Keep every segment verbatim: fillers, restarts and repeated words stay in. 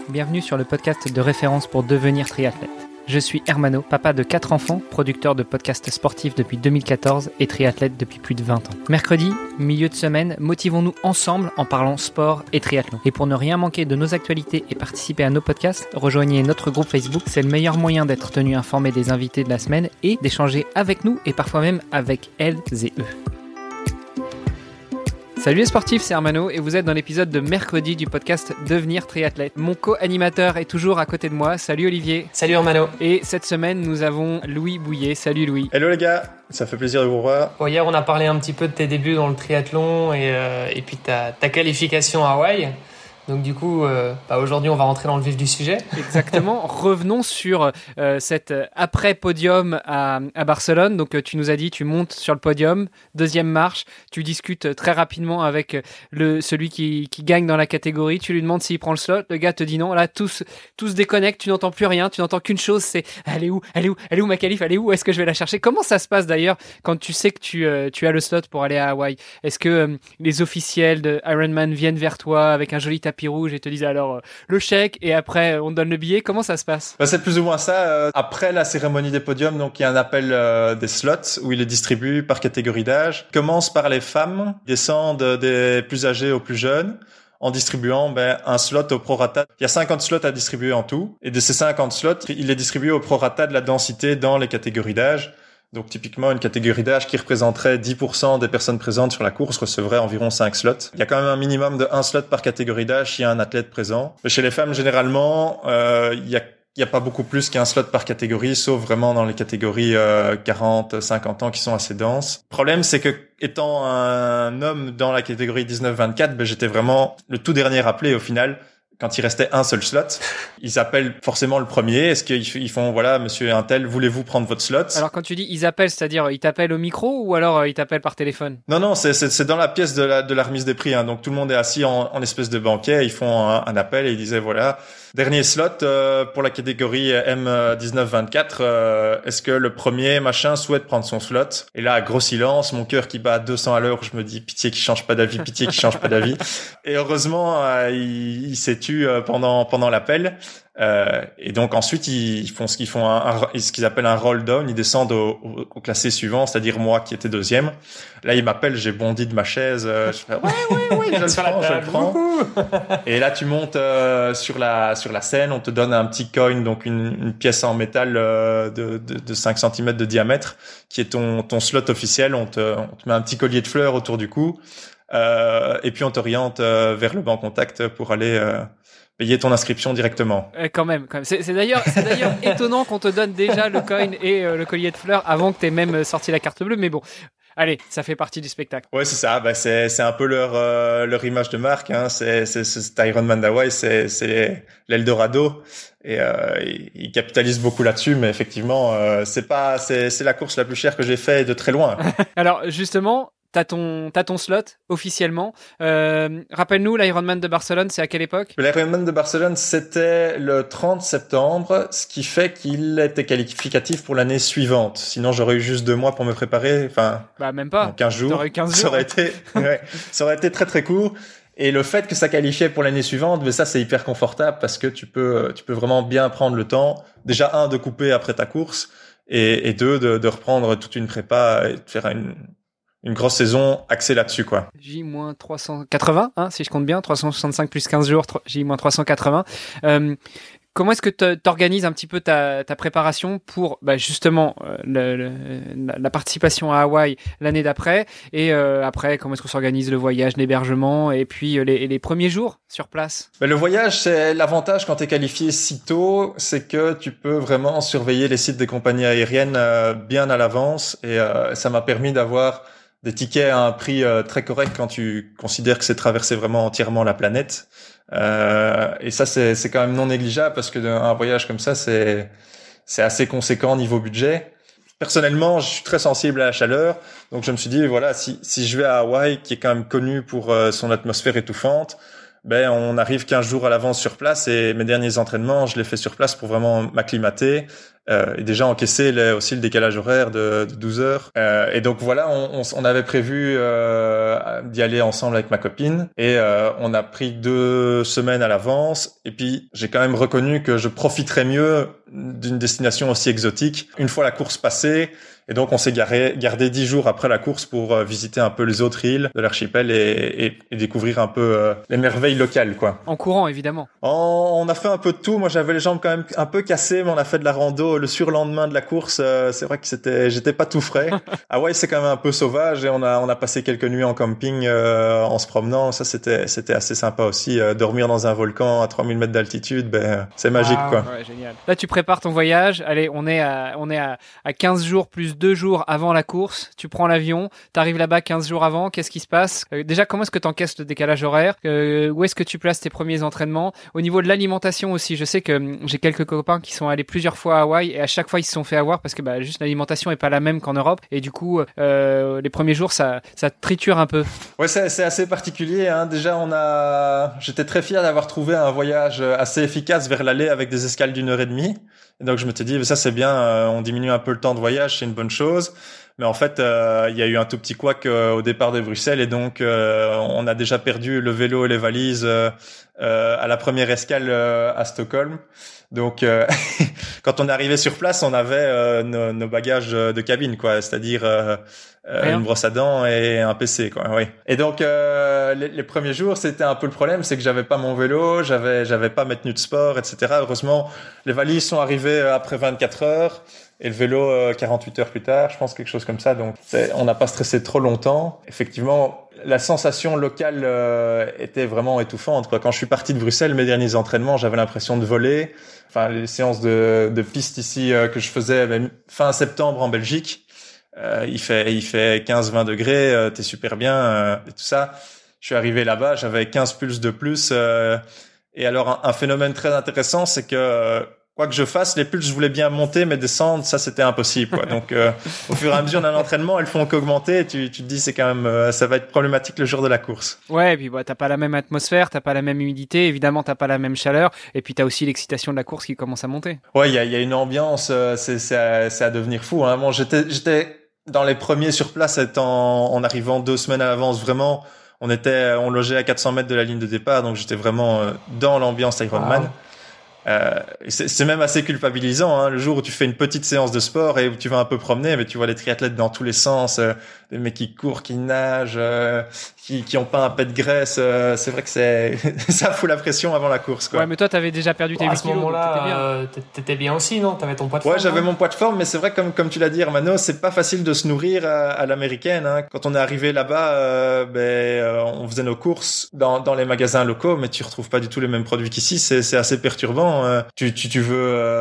bienvenue sur le podcast de référence pour devenir triathlète. Je suis Hermano, papa de quatre enfants, producteur de podcasts sportifs depuis deux mille quatorze et triathlète depuis plus de vingt ans. Mercredi, milieu de semaine, motivons-nous ensemble en parlant sport et triathlon. Et pour ne rien manquer de nos actualités et participer à nos podcasts, rejoignez notre groupe Facebook. C'est le meilleur moyen d'être tenu informé des invités de la semaine et d'échanger avec nous et parfois même avec elles et eux. Salut les sportifs, c'est Hermano et vous êtes dans l'épisode de mercredi du podcast Devenir triathlète. Mon co-animateur est toujours à côté de moi. Salut Olivier. Salut Hermano. Et cette semaine, nous avons Louis Bouillet. Salut Louis. Hello les gars, ça fait plaisir de vous revoir. Bon, hier, on a parlé un petit peu de tes débuts dans le triathlon et, euh, et puis ta, ta qualification à Hawaï. Donc du coup, euh, bah aujourd'hui, on va rentrer dans le vif du sujet. Exactement. Revenons sur euh, cet après-podium à, à Barcelone. Donc euh, tu nous as dit, tu montes sur le podium, deuxième marche, tu discutes très rapidement avec le celui qui, qui gagne dans la catégorie. Tu lui demandes s'il prend le slot. Le gars te dit non. Là, tout se, tout se déconnecte. Tu n'entends plus rien. Tu n'entends qu'une chose, c'est elle est où, elle est où, elle est où ma qualif, elle est où, est-ce que je vais la chercher? Comment ça se passe d'ailleurs quand tu sais que tu euh, tu as le slot pour aller à Hawaï? Est-ce que euh, les officiels de Ironman viennent vers toi avec un joli tapis rouge et te disent alors euh, le chèque et après on donne le billet? Comment ça se passe? Bah, c'est plus ou moins ça. Euh, après la cérémonie des podiums, donc il y a un appel euh, des slots où il est distribué par catégorie d'âge. Il commence par les femmes, descendent des plus âgés aux plus jeunes, en distribuant ben, un slot au prorata. Il y a cinquante slots à distribuer en tout, et de ces cinquante slots, il est distribué au prorata de la densité dans les catégories d'âge. Donc typiquement, une catégorie d'âge qui représenterait dix pour cent des personnes présentes sur la course recevrait environ cinq slots. Il y a quand même un minimum de un slot par catégorie d'âge s'il y a un athlète présent. Mais chez les femmes, généralement, euh, il y a il y a pas beaucoup plus qu'un slot par catégorie, sauf vraiment dans les catégories euh, quarante, cinquante ans qui sont assez denses. Le problème, c'est que étant un homme dans la catégorie dix-neuf vingt-quatre, ben, j'étais vraiment le tout dernier appelé au final. Quand il restait un seul slot, ils appellent forcément le premier. Est-ce qu'ils font, voilà, monsieur Intel, voulez-vous prendre votre slot? Alors quand tu dis ils appellent, c'est-à-dire ils t'appellent au micro ou alors euh, ils t'appellent par téléphone? Non, non, c'est, c'est, c'est dans la pièce de la, de la remise des prix. Hein. Donc tout le monde est assis en, en espèce de banquet. Ils font un, un appel et ils disaient, voilà, dernier slot euh, pour la catégorie M dix-neuf vingt-quatre. Euh, est-ce que le premier machin souhaite prendre son slot? Et là, gros silence, mon cœur qui bat à deux cents à l'heure. Je me dis, pitié qui change pas d'avis, pitié qui change pas d'avis. Et heureusement, euh, il, il s'est tu pendant pendant l'appel. Euh, et donc ensuite ils font ce qu'ils font un, un, ce qu'ils appellent un roll down, ils descendent au, au, au classé suivant, c'est-à-dire moi qui étais deuxième. Là ils m'appellent, j'ai bondi de ma chaise, euh, je fais ouais ouais ouais, je le prends, je le prends. Et là tu montes euh, sur la sur la scène, on te donne un petit coin, donc une, une pièce en métal euh, de, de de cinq centimètres de diamètre, qui est ton ton slot officiel. On te on te met un petit collier de fleurs autour du cou, euh, et puis on t'oriente euh, vers le banc contact pour aller euh, payer ton inscription directement. Euh, quand même, quand même. C'est, c'est d'ailleurs, c'est d'ailleurs étonnant qu'on te donne déjà le coin et euh, le collier de fleurs avant que t'aies même sorti la carte bleue. Mais bon, allez, ça fait partie du spectacle. Ouais, c'est ça. Bah, c'est c'est un peu leur euh, leur image de marque. Hein. C'est c'est c'est Ironman d'Hawaï, c'est c'est l'Eldorado et euh, ils, ils capitalisent beaucoup là-dessus. Mais effectivement, euh, c'est pas c'est c'est la course la plus chère que j'ai fait de très loin. Alors justement. T'as ton, t'as ton slot, officiellement. Euh, rappelle-nous, l'Ironman de Barcelone, c'est à quelle époque? L'Ironman de Barcelone, c'était le trente septembre, ce qui fait qu'il était qualificatif pour l'année suivante. Sinon, j'aurais eu juste deux mois pour me préparer. Enfin, bah, même pas. quinze jours. T'aurais eu quinze jours. Ça aurait été, ouais, ça aurait été très, très court. Et le fait que ça qualifiait pour l'année suivante, mais ça, c'est hyper confortable parce que tu peux, tu peux vraiment bien prendre le temps. Déjà, un, de couper après ta course et, et deux, de, de reprendre toute une prépa et de faire une, une grosse saison axée là-dessus, quoi. J trois cent quatre-vingts, hein, si je compte bien, trois cent soixante-cinq plus quinze jours, J trois cent quatre-vingts. Euh, comment est-ce que tu organises un petit peu ta, ta préparation pour bah, justement euh, le, le, la participation à Hawaï l'année d'après et euh, après, comment est-ce qu'on s'organise le voyage, l'hébergement et puis euh, les, les premiers jours sur place? Mais le voyage, c'est l'avantage quand tu es qualifié si tôt, c'est que tu peux vraiment surveiller les sites des compagnies aériennes euh, bien à l'avance et euh, ça m'a permis d'avoir des tickets à un prix euh, très correct quand tu considères que c'est traverser vraiment entièrement la planète. Euh, et ça, c'est, c'est quand même non négligeable parce que un voyage comme ça, c'est, c'est assez conséquent niveau budget. Personnellement, je suis très sensible à la chaleur, donc je me suis dit, voilà, si, si je vais à Hawaï, qui est quand même connu pour euh, son atmosphère étouffante, ben on arrive quinze jours à l'avance sur place et mes derniers entraînements, je les fais sur place pour vraiment m'acclimater euh, et déjà encaisser les, aussi le décalage horaire de, de douze heures. Euh, et donc voilà, on, on, on avait prévu euh, d'y aller ensemble avec ma copine et euh, on a pris deux semaines à l'avance. Et puis j'ai quand même reconnu que je profiterais mieux d'une destination aussi exotique une fois la course passée. Et donc, on s'est garé, gardé dix jours après la course pour euh, visiter un peu les autres îles de l'archipel et, et, et découvrir un peu euh, les merveilles locales, quoi. En courant, évidemment. En, on a fait un peu de tout. Moi, j'avais les jambes quand même un peu cassées, mais on a fait de la rando le surlendemain de la course. Euh, c'est vrai que c'était, j'étais pas tout frais. Hawaï, c'est quand même un peu sauvage et on a, on a passé quelques nuits en camping euh, en se promenant. Ça, c'était, c'était assez sympa aussi. Euh, dormir dans un volcan à trois mille mètres d'altitude, ben, c'est magique, wow. quoi. Ouais, génial. Là, tu prépares ton voyage. Allez, on est à, on est à, à quinze jours plus deux jours avant la course, tu prends l'avion, tu arrives là-bas quinze jours avant, qu'est-ce qui se passe? euh, Déjà, comment est-ce que tu encaisses le décalage horaire? euh, Où est-ce que tu places tes premiers entraînements? Au niveau de l'alimentation aussi, je sais que hum, j'ai quelques copains qui sont allés plusieurs fois à Hawaï et à chaque fois ils se sont fait avoir parce que bah, juste l'alimentation est pas la même qu'en Europe et du coup euh, les premiers jours ça, ça triture un peu. Ouais, c'est, c'est assez particulier, hein. Déjà, on a, j'étais très fier d'avoir trouvé un voyage assez efficace vers l'aller avec des escales d'une heure et demie. Et donc je me suis dit, ça c'est bien, euh, on diminue un peu le temps de voyage, c'est une bonne chose. Mais en fait, euh, il y a eu un tout petit couac euh, au départ de Bruxelles et donc euh, on a déjà perdu le vélo et les valises euh, euh, à la première escale euh, à Stockholm. Donc, euh, quand on est arrivé sur place, on avait euh, nos, nos bagages de cabine, quoi, c'est-à-dire euh, euh, une brosse à dents et un P C, quoi. Oui. Et donc, euh, les, les premiers jours, c'était un peu le problème, c'est que j'avais pas mon vélo, j'avais, j'avais pas mes tenues de sport, et cetera. Heureusement, les valises sont arrivées après vingt-quatre heures. Et le vélo, euh, quarante-huit heures plus tard, je pense quelque chose comme ça. Donc, c'est, on n'a pas stressé trop longtemps. Effectivement, la sensation locale euh, était vraiment étouffante, quoi. Quand je suis parti de Bruxelles, mes derniers entraînements, j'avais l'impression de voler. Enfin, les séances de, de piste ici euh, que je faisais même fin septembre en Belgique, euh, il fait il fait quinze vingt degrés, euh, t'es super bien euh, et tout ça. Je suis arrivé là-bas, j'avais quinze pulses de plus. Euh, et alors, un, un phénomène très intéressant, c'est que euh, quoi que je fasse, les pulses, je voulais bien monter, mais descendre, ça, c'était impossible, quoi. Donc, euh, au fur et à mesure d'un entraînement, elles font qu'augmenter. Et tu, tu te dis, c'est quand même, euh, ça va être problématique le jour de la course. Ouais, et puis bah, t'as pas la même atmosphère, t'as pas la même humidité, évidemment, t'as pas la même chaleur, et puis t'as aussi l'excitation de la course qui commence à monter. Ouais, il y a, y a une ambiance, euh, c'est, c'est, à, c'est à devenir fou, hein. Bon, j'étais, j'étais dans les premiers sur place, étant, en arrivant deux semaines à l'avance, vraiment. On était, on logeait à quatre cents mètres de la ligne de départ, donc j'étais vraiment euh, dans l'ambiance Ironman. Wow. Euh, c'est, c'est même assez culpabilisant, hein, le jour où tu fais une petite séance de sport et où tu vas un peu promener, mais tu vois les triathlètes dans tous les sens, euh, des mecs qui courent, qui nagent, euh, qui qui ont pas un pet de graisse. Euh, c'est vrai que c'est ça fout la pression avant la course, quoi. Ouais, mais toi t'avais déjà perdu tes bon, huit à ce kilos, moment-là, t'étais bien. Euh, t'étais bien aussi, non? T'avais ton poids de ouais, forme. Ouais, j'avais hein mon poids de forme, mais c'est vrai comme comme tu l'as dit, Hermano, c'est pas facile de se nourrir à, à l'américaine. Hein. Quand on est arrivé là-bas, euh, ben euh, on faisait nos courses dans dans les magasins locaux, mais tu retrouves pas du tout les mêmes produits qu'ici. C'est c'est assez perturbant. Euh, tu tu tu veux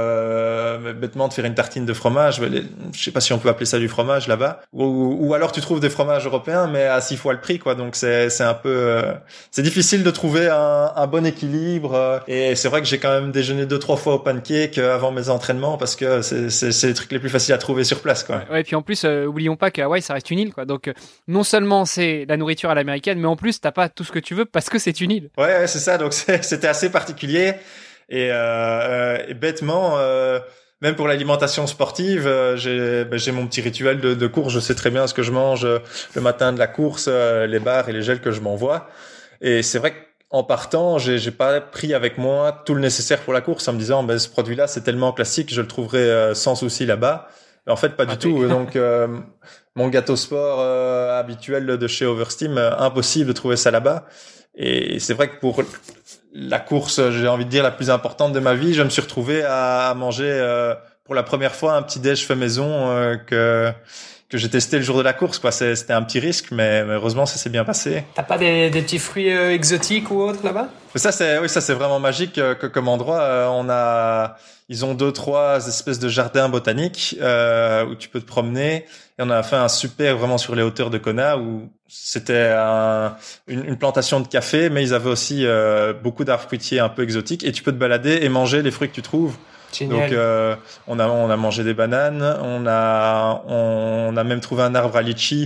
euh, bêtement te faire une tartine de fromage, les, je sais pas si on peut appeler ça du fromage là-bas, ou, ou alors tu trouves des fromages européens mais à six fois le prix, quoi. Donc c'est c'est un peu euh, c'est difficile de trouver un, un bon équilibre. Euh, et c'est vrai que j'ai quand même déjeuné deux trois fois au pancake avant mes entraînements parce que c'est c'est c'est les trucs les plus faciles à trouver sur place, quoi. Ouais, et puis en plus euh, oublions pas que Hawaï ça reste une île, quoi. Donc euh, non seulement c'est la nourriture à l'américaine, mais en plus t'as pas tout ce que tu veux parce que c'est une île. Ouais, ouais c'est ça. Donc c'est, c'était assez particulier. Et, euh, et bêtement, euh, même pour l'alimentation sportive, euh, j'ai, ben, j'ai mon petit rituel de, de course. Je sais très bien ce que je mange le matin de la course, euh, les barres et les gels que je m'envoie. Et c'est vrai qu'en partant, j'ai, j'ai pas pris avec moi tout le nécessaire pour la course en me disant, ben, ce produit-là, c'est tellement classique, je le trouverai euh, sans souci là-bas. Mais en fait, pas ah, du tout. Donc, euh, mon gâteau sport euh, habituel de chez Oversteam, euh, impossible de trouver ça là-bas. Et c'est vrai que pour la course, j'ai envie de dire, la plus importante de ma vie, je me suis retrouvé à manger euh, pour la première fois un petit déj fait maison euh, que que j'ai testé le jour de la course, quoi. C'est, c'était un petit risque, mais, mais heureusement ça s'est bien passé. T'as pas des, des petits fruits euh, exotiques ou autres là-bas? Ça c'est oui, ça c'est vraiment magique euh, que comme endroit. Euh, on a, ils ont deux trois espèces de jardins botaniques euh, où tu peux te promener. Et on a fait un super vraiment sur les hauteurs de Kona où c'était un, une, une plantation de café, mais ils avaient aussi euh, beaucoup d'arbres fruitiers un peu exotiques et tu peux te balader et manger les fruits que tu trouves. Génial. Donc euh, on a on a mangé des bananes, on a on a même trouvé un arbre à litchi.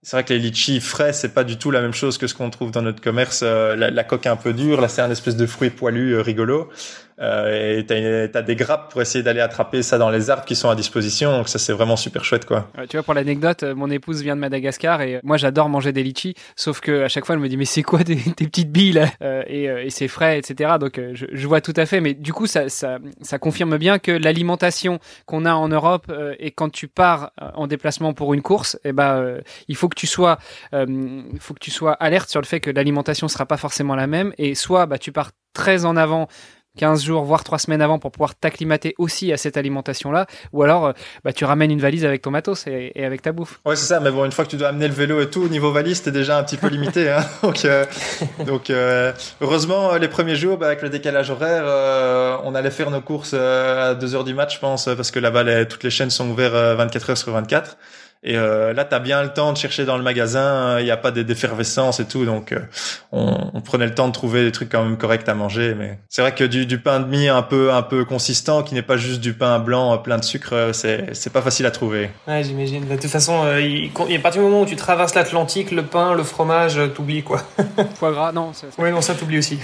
C'est vrai que les litchis frais, c'est pas du tout la même chose que ce qu'on trouve dans notre commerce. Euh, la, la coque est un peu dure. Là, c'est un espèce de fruit poilu euh, rigolo. Euh, et t'as, une, t'as des grappes pour essayer d'aller attraper ça dans les arbres qui sont à disposition. Donc ça, c'est vraiment super chouette, quoi. Euh, tu vois, pour l'anecdote, euh, mon épouse vient de Madagascar et euh, moi, j'adore manger des litchis. Sauf que à chaque fois, elle me dit, mais c'est quoi tes, tes petites billes là euh, et, euh, et c'est frais, et cetera. Donc euh, je, je vois tout à fait. Mais du coup, ça, ça, ça confirme bien que l'alimentation qu'on a en Europe euh, et quand tu pars euh, en déplacement pour une course, eh ben, euh, il faut que tu sois, euh, il faut que tu sois alerte sur le fait que l'alimentation sera pas forcément la même. Et soit, bah, tu pars très en avant, quinze jours, voire trois semaines avant pour pouvoir t'acclimater aussi à cette alimentation-là, ou alors bah, tu ramènes une valise avec ton matos et, et avec ta bouffe. Ouais, c'est ça, mais bon, une fois que tu dois amener le vélo et tout, au niveau valise, t'es déjà un petit peu limité. Hein. Donc, euh, donc euh, heureusement, les premiers jours, bah, avec le décalage horaire, euh, on allait faire nos courses euh, à deux heures du match, je pense, parce que là-bas, les, toutes les chaînes sont ouvertes euh, vingt-quatre heures sur vingt-quatre. Et euh, là, t'as bien le temps de chercher dans le magasin. Il n'y a pas d'effervescence et tout, donc euh, on, on prenait le temps de trouver des trucs quand même corrects à manger. Mais c'est vrai que du, du pain de mie un peu un peu consistant, qui n'est pas juste du pain blanc plein de sucre, c'est c'est pas facile à trouver. Ouais, j'imagine. De toute façon, euh, il, il, à partir du moment où tu traverses l'Atlantique, le pain, le fromage, t'oublies quoi. Foie gras, non. Ça, ça... Ouais, non, ça t'oublie aussi.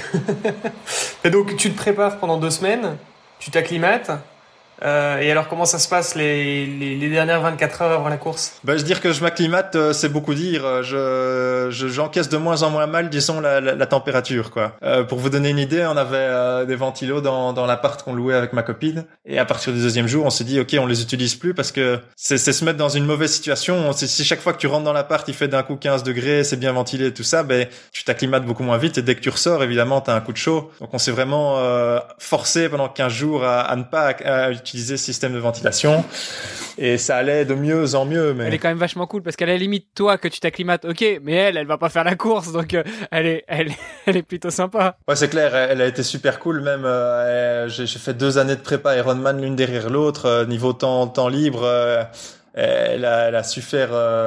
Et donc, tu te prépares pendant deux semaines, tu t'acclimates. Euh, et alors, comment ça se passe les, les, les dernières vingt-quatre heures avant la course? Ben, je dire que je m'acclimate, euh, c'est beaucoup dire. Je, je, j'encaisse de moins en moins mal, disons, la, la, la température, quoi. Euh, pour vous donner une idée, on avait euh, des ventilos dans, dans l'appart qu'on louait avec ma copine. Et à partir du deuxième jour, on s'est dit, OK, on les utilise plus parce que c'est, c'est se mettre dans une mauvaise situation. C'est, si chaque fois que tu rentres dans l'appart, il fait d'un coup quinze degrés, c'est bien ventilé et tout ça, ben, tu t'acclimates beaucoup moins vite. Et dès que tu ressors, évidemment, t'as un coup de chaud. Donc, on s'est vraiment euh, forcé pendant quinze jours à, à ne pas à, à utiliser ce système de ventilation et ça allait de mieux en mieux. Mais elle est quand même vachement cool parce qu'à la limite toi que tu t'acclimates, ok, mais elle elle va pas faire la course, donc euh, elle est elle elle est plutôt sympa. Ouais, c'est clair, elle a été super cool même. Euh, j'ai, j'ai fait deux années de prépa Ironman l'une derrière l'autre, euh, niveau temps temps libre, euh, elle a elle a su faire euh,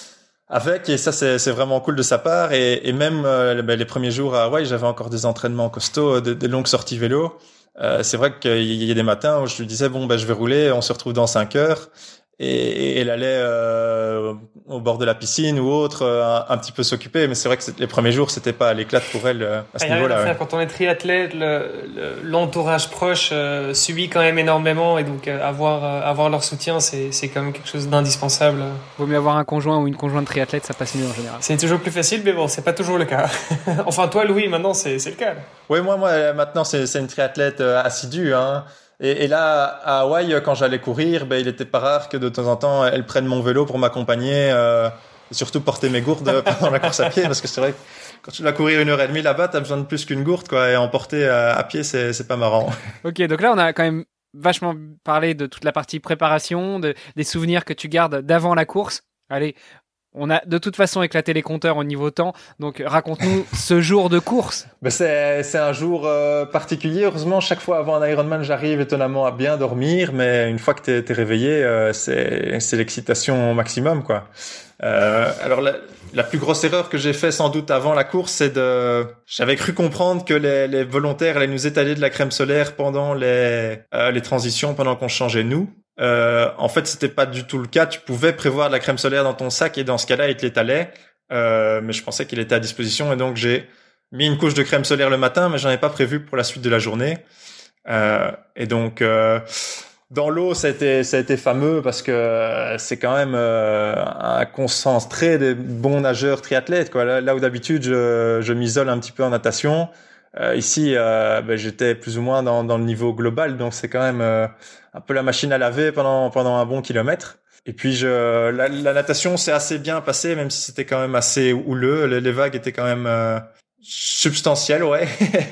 avec, et ça c'est c'est vraiment cool de sa part. Et, et même euh, ben, les premiers jours à Hawaï, j'avais encore des entraînements costauds, des, des longues sorties vélo. Euh, c'est vrai qu'il y a des matins où je lui disais bon ben je vais rouler, on se retrouve dans cinq heures, et, et elle allait euh, au bord de la piscine ou autre euh, un, un petit peu s'occuper, mais c'est vrai que les premiers jours c'était pas à l'éclat pour elle euh, à ce ah, niveau-là. Ouais. Quand on est triathlète, le, le, l'entourage proche euh, subit quand même énormément, et donc euh, avoir euh, avoir leur soutien, c'est c'est quand même quelque chose d'indispensable. Vaut mieux avoir un conjoint ou une conjointe triathlète, ça passe mieux en général. C'est toujours plus facile, mais bon, c'est pas toujours le cas. Enfin toi, Louis, maintenant c'est c'est le cas. Oui, moi moi maintenant c'est c'est une triathlète euh, assidue, hein. Et, et là, à Hawaï, quand j'allais courir, ben, il était pas rare que de temps en temps, elle prenne mon vélo pour m'accompagner, euh, et surtout porter mes gourdes pendant la course à pied, parce que c'est vrai que quand tu dois courir une heure et demie là-bas, t'as besoin de plus qu'une gourde, quoi, et emporter à, à pied, c'est, c'est pas marrant. Ok, donc là, on a quand même vachement parlé de toute la partie préparation, de, des souvenirs que tu gardes d'avant la course. Allez, on a de toute façon éclaté les compteurs au niveau temps, donc raconte-nous ce jour de course. Ben c'est, c'est un jour euh, particulier. Heureusement, chaque fois avant un Ironman, j'arrive étonnamment à bien dormir, mais une fois que t'es, t'es réveillé, euh, c'est, c'est l'excitation au maximum, quoi. Euh, alors la, la plus grosse erreur que j'ai fait sans doute avant la course, c'est de, j'avais cru comprendre que les, les volontaires allaient nous étaler de la crème solaire pendant les, euh, les transitions, pendant qu'on changeait nous. Euh, en fait, c'était pas du tout le cas. Tu pouvais prévoir de la crème solaire dans ton sac et dans ce cas-là, il te l'étalait. Euh, mais je pensais qu'il était à disposition, et donc j'ai mis une couche de crème solaire le matin, mais j'en ai pas prévu pour la suite de la journée. Euh, et donc, euh, dans l'eau, ça a été, ça a été fameux parce que c'est quand même euh, un concentré des bons nageurs triathlètes, quoi. Là, là où d'habitude, je, je m'isole un petit peu en natation. Euh, ici, euh, ben, j'étais plus ou moins dans, dans le niveau global, donc c'est quand même euh, un peu la machine à laver pendant pendant un bon kilomètre. Et puis je, la, la natation s'est assez bien passée, même si c'était quand même assez houleux. Les, les vagues étaient quand même euh, substantielles, ouais.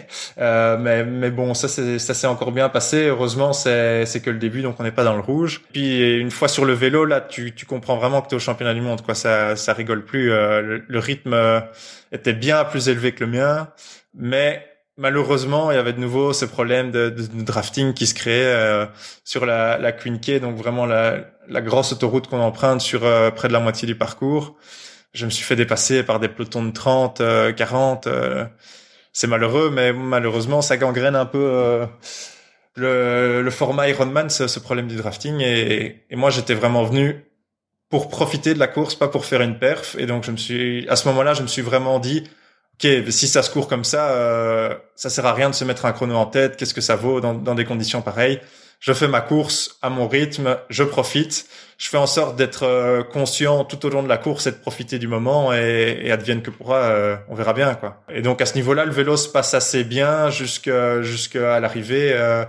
euh, mais mais bon, ça c'est ça s'est encore bien passé. Heureusement, c'est c'est que le début, donc on n'est pas dans le rouge. Puis une fois sur le vélo, là, tu tu comprends vraiment que t'es au championnat du monde, quoi. Ça ça rigole plus. Euh, le, le rythme était bien plus élevé que le mien, mais malheureusement, il y avait de nouveau ce problème de, de, de drafting qui se créait euh, sur la, la Queen K, donc vraiment la, la grosse autoroute qu'on emprunte sur euh, près de la moitié du parcours. Je me suis fait dépasser par des pelotons de trente, euh, quarante. Euh, c'est malheureux, mais malheureusement, ça gangrène un peu euh, le, le format Ironman, ce, ce problème du drafting. Et, et moi, j'étais vraiment venu pour profiter de la course, pas pour faire une perf. Et donc je me suis, à ce moment-là, je me suis vraiment dit, ok, si ça se court comme ça, euh, ça sert à rien de se mettre un chrono en tête. Qu'est-ce que ça vaut dans, dans des conditions pareilles? Je fais ma course à mon rythme, je profite. Je fais en sorte d'être euh, conscient tout au long de la course et de profiter du moment et, et advienne que pourra, euh, on verra bien, quoi. Et donc à ce niveau-là, le vélo se passe assez bien jusqu'à jusqu'à l'arrivée. Euh,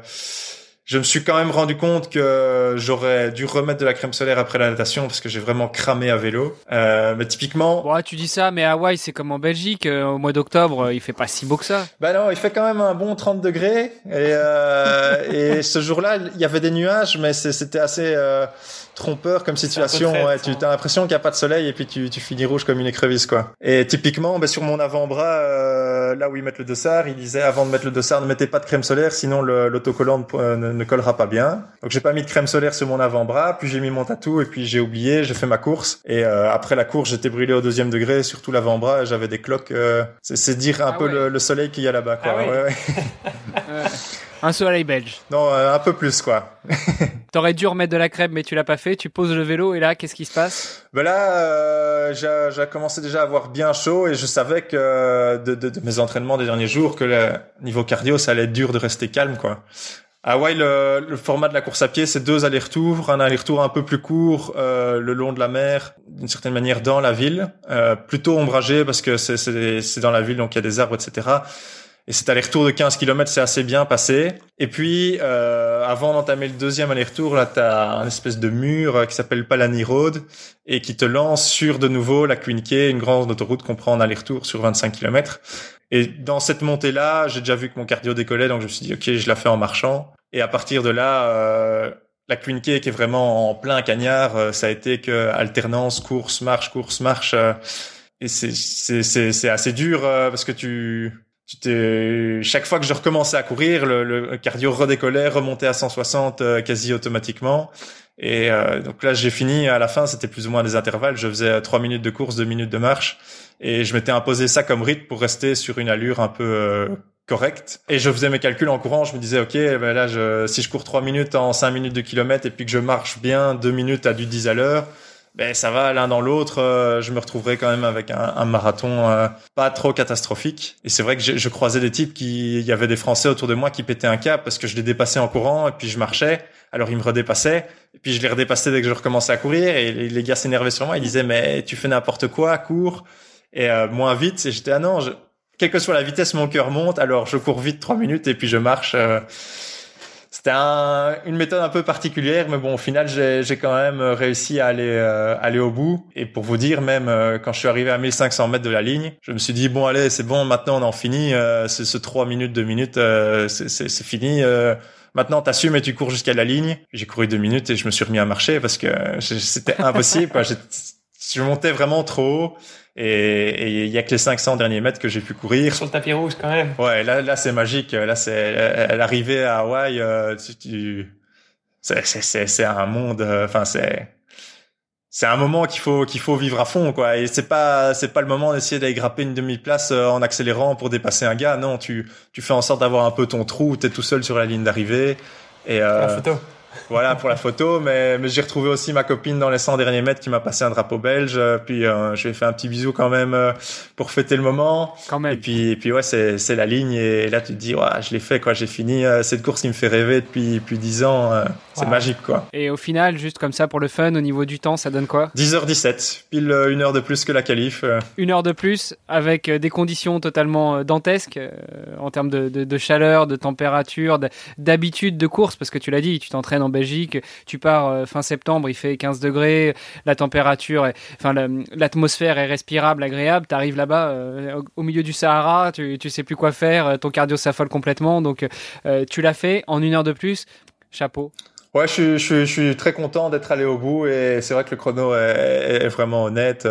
Je me suis quand même rendu compte que j'aurais dû remettre de la crème solaire après la natation parce que j'ai vraiment cramé à vélo. Euh, mais typiquement... Bon, tu dis ça, mais Hawaï, c'est comme en Belgique. Euh, au mois d'octobre, il fait pas si beau que ça. Bah non, il fait quand même un bon trente degrés. Et, euh, et ce jour-là, il y avait des nuages, mais c'était assez euh, trompeur comme situation. Traite, ouais, tu as l'impression qu'il n'y a pas de soleil et puis tu, tu finis rouge comme une écrevisse, quoi. Et typiquement, bah, sur mon avant-bras, euh, là où ils mettent le dossard, il disait avant de mettre le dossard, ne mettez pas de crème solaire, sinon l'autocollant ne, ne collera pas bien. Donc j'ai pas mis de crème solaire sur mon avant-bras, puis j'ai mis mon tatou et puis j'ai oublié, j'ai fait ma course. Et euh, après la course, j'étais brûlé au deuxième degré, surtout l'avant-bras, et j'avais des cloques. Euh, c'est dire un ah peu ouais. le, le soleil qu'il y a là-bas, quoi. Ah ouais. Ouais, ouais. euh, un soleil belge. Non, euh, un peu plus, quoi. T'aurais dû remettre de la crème, mais tu l'as pas fait. Tu poses le vélo et là, qu'est-ce qui se passe? Ben là, euh, j'ai, j'ai commencé déjà à avoir bien chaud et je savais que de, de, de mes entraînements des derniers jours que le niveau cardio, ça allait être dur de rester calme, quoi. À Hawaï, le, le format de la course à pied, c'est deux allers-retours, un aller-retour un peu plus court euh, le long de la mer, d'une certaine manière dans la ville, euh, plutôt ombragé parce que c'est, c'est, c'est dans la ville, donc il y a des arbres, et cetera. Et cet aller-retour de quinze kilomètres, c'est assez bien passé. Et puis, euh, avant d'entamer le deuxième aller-retour, là, t'as un espèce de mur qui s'appelle Palani Road et qui te lance sur de nouveau la Queen Quay, une grande autoroute qu'on prend en aller-retour sur vingt-cinq kilomètres. Et dans cette montée-là, j'ai déjà vu que mon cardio décollait, donc je me suis dit, ok, je la fais en marchant. Et à partir de là, euh, la Queen Quay qui est vraiment en plein cagnard, euh, ça a été que alternance, course, marche, course, marche. Euh, et c'est, c'est, c'est, c'est assez dur euh, parce que tu... Tu t'es... Chaque fois que je recommençais à courir, le, le cardio redécollait, remontait à cent soixante euh, quasi automatiquement. Et euh, donc là, j'ai fini. À la fin, c'était plus ou moins des intervalles. Je faisais trois minutes de course, deux minutes de marche. Et je m'étais imposé ça comme rythme pour rester sur une allure un peu euh, correcte. Et je faisais mes calculs en courant. Je me disais, OK, ben là, je, si je cours trois minutes en cinq minutes de kilomètre et puis que je marche bien deux minutes à du dix à l'heure, ben ça va l'un dans l'autre, euh, je me retrouverai quand même avec un, un marathon euh, pas trop catastrophique. Et c'est vrai que je, je croisais des types qui, il y avait des Français autour de moi qui pétaient un cap parce que je les dépassais en courant et puis je marchais, alors ils me redépassaient et puis je les redépassais dès que je recommençais à courir et les, les gars s'énervaient sur moi, ils disaient mais tu fais n'importe quoi, cours et euh, moins vite. Et j'étais ah non, je, quelle que soit la vitesse, mon cœur monte, alors je cours vite trois minutes et puis je marche. Euh, C'était un, une méthode un peu particulière, mais bon, au final, j'ai, j'ai quand même réussi à aller, euh, aller au bout. Et pour vous dire, même euh, quand je suis arrivé à mille cinq cents mètres de la ligne, je me suis dit bon, allez, c'est bon, maintenant on en finit. Euh, c'est ce trois minutes, deux minutes, euh, c'est, c'est, c'est fini. Euh, maintenant, t'assumes et tu cours jusqu'à la ligne. J'ai couru deux minutes et je me suis remis à marcher parce que c'était impossible. Quoi. J'ai, je montais vraiment trop haut. Et il y a que les cinq cents derniers mètres que j'ai pu courir. Sur le tapis rouge, quand même. Ouais, là, là, c'est magique. Là, c'est l'arrivée à Hawaï. Euh, tu, tu, c'est, c'est, c'est, c'est un monde. Enfin, euh, c'est, c'est un moment qu'il faut qu'il faut vivre à fond, quoi. Et c'est pas c'est pas le moment d'essayer d'aller grapper une demi-place euh, en accélérant pour dépasser un gars. Non, tu tu fais en sorte d'avoir un peu ton trou. T'es tout seul sur la ligne d'arrivée. Et euh, la photo. Voilà pour la photo, mais, mais j'ai retrouvé aussi ma copine dans les cent derniers mètres qui m'a passé un drapeau belge, puis euh, je lui ai fait un petit bisou quand même euh, pour fêter le moment. Quand même. Et puis, et puis ouais, c'est, c'est la ligne et là tu te dis, ouais, je l'ai fait quoi, j'ai fini euh, cette course qui me fait rêver depuis, depuis dix ans, euh, c'est wow. magique quoi. Et au final, juste comme ça pour le fun, au niveau du temps, ça donne quoi? dix heures dix-sept, pile une heure de plus que la qualif. Euh. Une heure de plus avec des conditions totalement dantesques euh, en termes de, de, de chaleur, de température, de, d'habitude de course, parce que tu l'as dit, tu t'entraînes en Belgique, tu pars euh, fin septembre, il fait quinze degrés, la température, est, enfin la, l'atmosphère est respirable, agréable, t'arrives là-bas euh, au, au milieu du Sahara, tu, tu sais plus quoi faire, ton cardio s'affole complètement, donc euh, tu l'as fait en une heure de plus, chapeau. Ouais, je suis, je suis, je suis très content d'être allé au bout et c'est vrai que le chrono est, est vraiment honnête.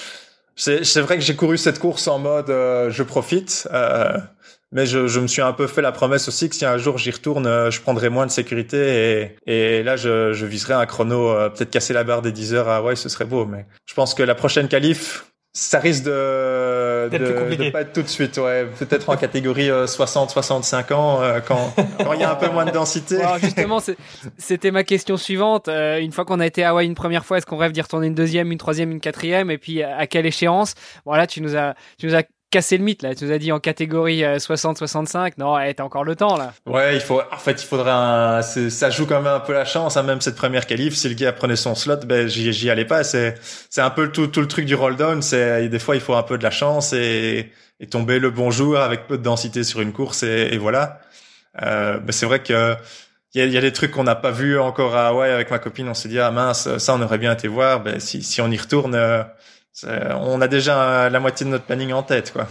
C'est, c'est vrai que j'ai couru cette course en mode euh, je profite. Euh, Mais je, je me suis un peu fait la promesse aussi que si un jour j'y retourne, je prendrai moins de sécurité et, et là je, je viserai un chrono, euh, peut-être casser la barre des dix heures à Hawaï, ce serait beau. Mais je pense que la prochaine qualif, ça risque de, de, de, de pas être tout de suite. Ouais, peut-être en catégorie euh, soixante soixante-cinq ans euh, quand quand il y a un peu moins de densité. Alors justement, c'est, c'était ma question suivante. Euh, une fois qu'on a été à Hawaï une première fois, est-ce qu'on rêve d'y retourner une deuxième, une troisième, une quatrième, et puis à quelle échéance? Voilà, tu nous as, tu nous as cassé le mythe là. Tu nous as dit en catégorie soixante soixante-cinq. Non, hey, t'as encore le temps là. Ouais, il faut. En fait, il faudrait un. C'est, ça joue quand même un peu la chance. Hein, même cette première qualif, si le gars prenait son slot, ben j'y, j'y allais pas. C'est, c'est un peu tout, tout le truc du roll down. C'est des fois il faut un peu de la chance et, et tomber le bon jour avec peu de densité sur une course et, et voilà. Euh, ben c'est vrai que. Il y a, il y a des trucs qu'on n'a pas vus encore à Hawaï avec ma copine. On s'est dit ah mince, ça on aurait bien été voir. Ben si si on y retourne. Euh, on a déjà la moitié de notre planning en tête, quoi.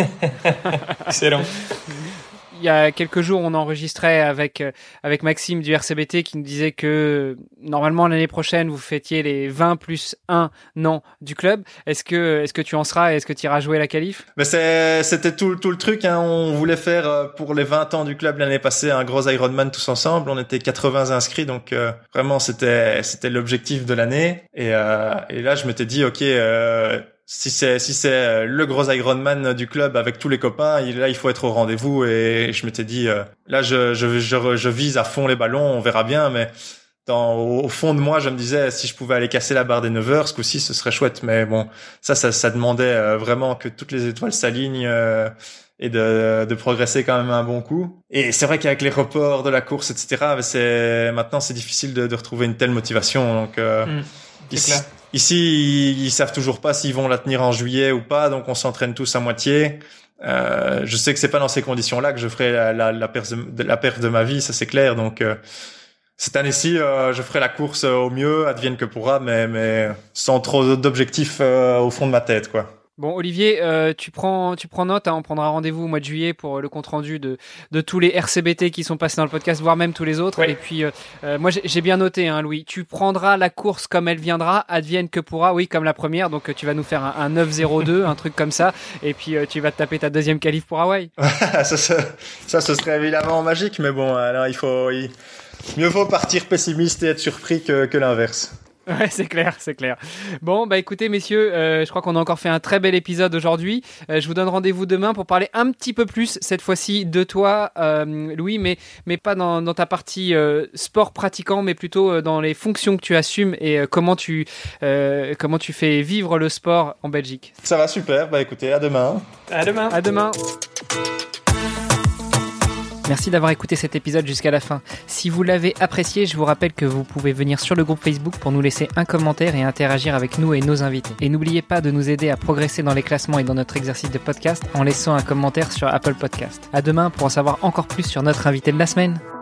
Excellent. Il y a quelques jours, on enregistrait avec avec Maxime du R C B T qui nous disait que normalement l'année prochaine vous fêtiez les vingt plus un an du club. Est-ce que est-ce que tu en seras et est-ce que tu iras jouer la qualif? Mais c'est c'était tout tout le truc. Hein. On voulait faire pour les vingt ans du club l'année passée un gros Ironman tous ensemble. On était quatre-vingts inscrits, donc euh, vraiment c'était c'était l'objectif de l'année. Et euh, et là je m'étais dit ok. Euh, Si c'est si c'est le gros Ironman du club avec tous les copains, il, là il faut être au rendez-vous et je m'étais dit euh, là je, je je je vise à fond les ballons, on verra bien, mais dans au, au fond de moi je me disais si je pouvais aller casser la barre des neuf heures ce coup-ci ce serait chouette, mais bon ça ça ça demandait euh, vraiment que toutes les étoiles s'alignent euh, et de de progresser quand même un bon coup. Et c'est vrai qu'avec les reports de la course et cetera, c'est maintenant c'est difficile de, de retrouver une telle motivation, donc euh, mmh, ici, Ici, ils, ils savent toujours pas s'ils vont la tenir en juillet ou pas, donc on s'entraîne tous à moitié. Euh, je sais que c'est pas dans ces conditions-là que je ferai la, la, la perf de, la perf de ma vie, ça c'est clair. Donc euh, cette année-ci, euh, je ferai la course au mieux, advienne que pourra, mais, mais sans trop d'objectifs euh, au fond de ma tête, quoi. Bon, Olivier, euh, tu prends, tu prends note, hein, on prendra rendez-vous au mois de juillet pour le compte-rendu de, de tous les R C B T qui sont passés dans le podcast, voire même tous les autres. Oui. Et puis, euh, euh, moi, j'ai, j'ai bien noté, hein, Louis, tu prendras la course comme elle viendra, advienne que pourra, oui, comme la première. Donc, tu vas nous faire un, un neuf zéro deux, un truc comme ça. Et puis, euh, tu vas te taper ta deuxième qualif pour Hawaï. ça, ça, ça, ce serait évidemment magique, mais bon, alors il faut, il, mieux vaut partir pessimiste et être surpris que, que l'inverse. Ouais, c'est clair, c'est clair. Bon, bah écoutez, messieurs, euh, je crois qu'on a encore fait un très bel épisode aujourd'hui. Euh, je vous donne rendez-vous demain pour parler un petit peu plus, cette fois-ci, de toi, euh, Louis, mais, mais pas dans, dans ta partie euh, sport pratiquant, mais plutôt euh, dans les fonctions que tu assumes et euh, comment, tu, euh, comment tu fais vivre le sport en Belgique. Ça va, super. Bah écoutez, à demain. À demain. À demain. Merci d'avoir écouté cet épisode jusqu'à la fin. Si vous l'avez apprécié, je vous rappelle que vous pouvez venir sur le groupe Facebook pour nous laisser un commentaire et interagir avec nous et nos invités. Et n'oubliez pas de nous aider à progresser dans les classements et dans notre exercice de podcast en laissant un commentaire sur Apple Podcast. À demain pour en savoir encore plus sur notre invité de la semaine.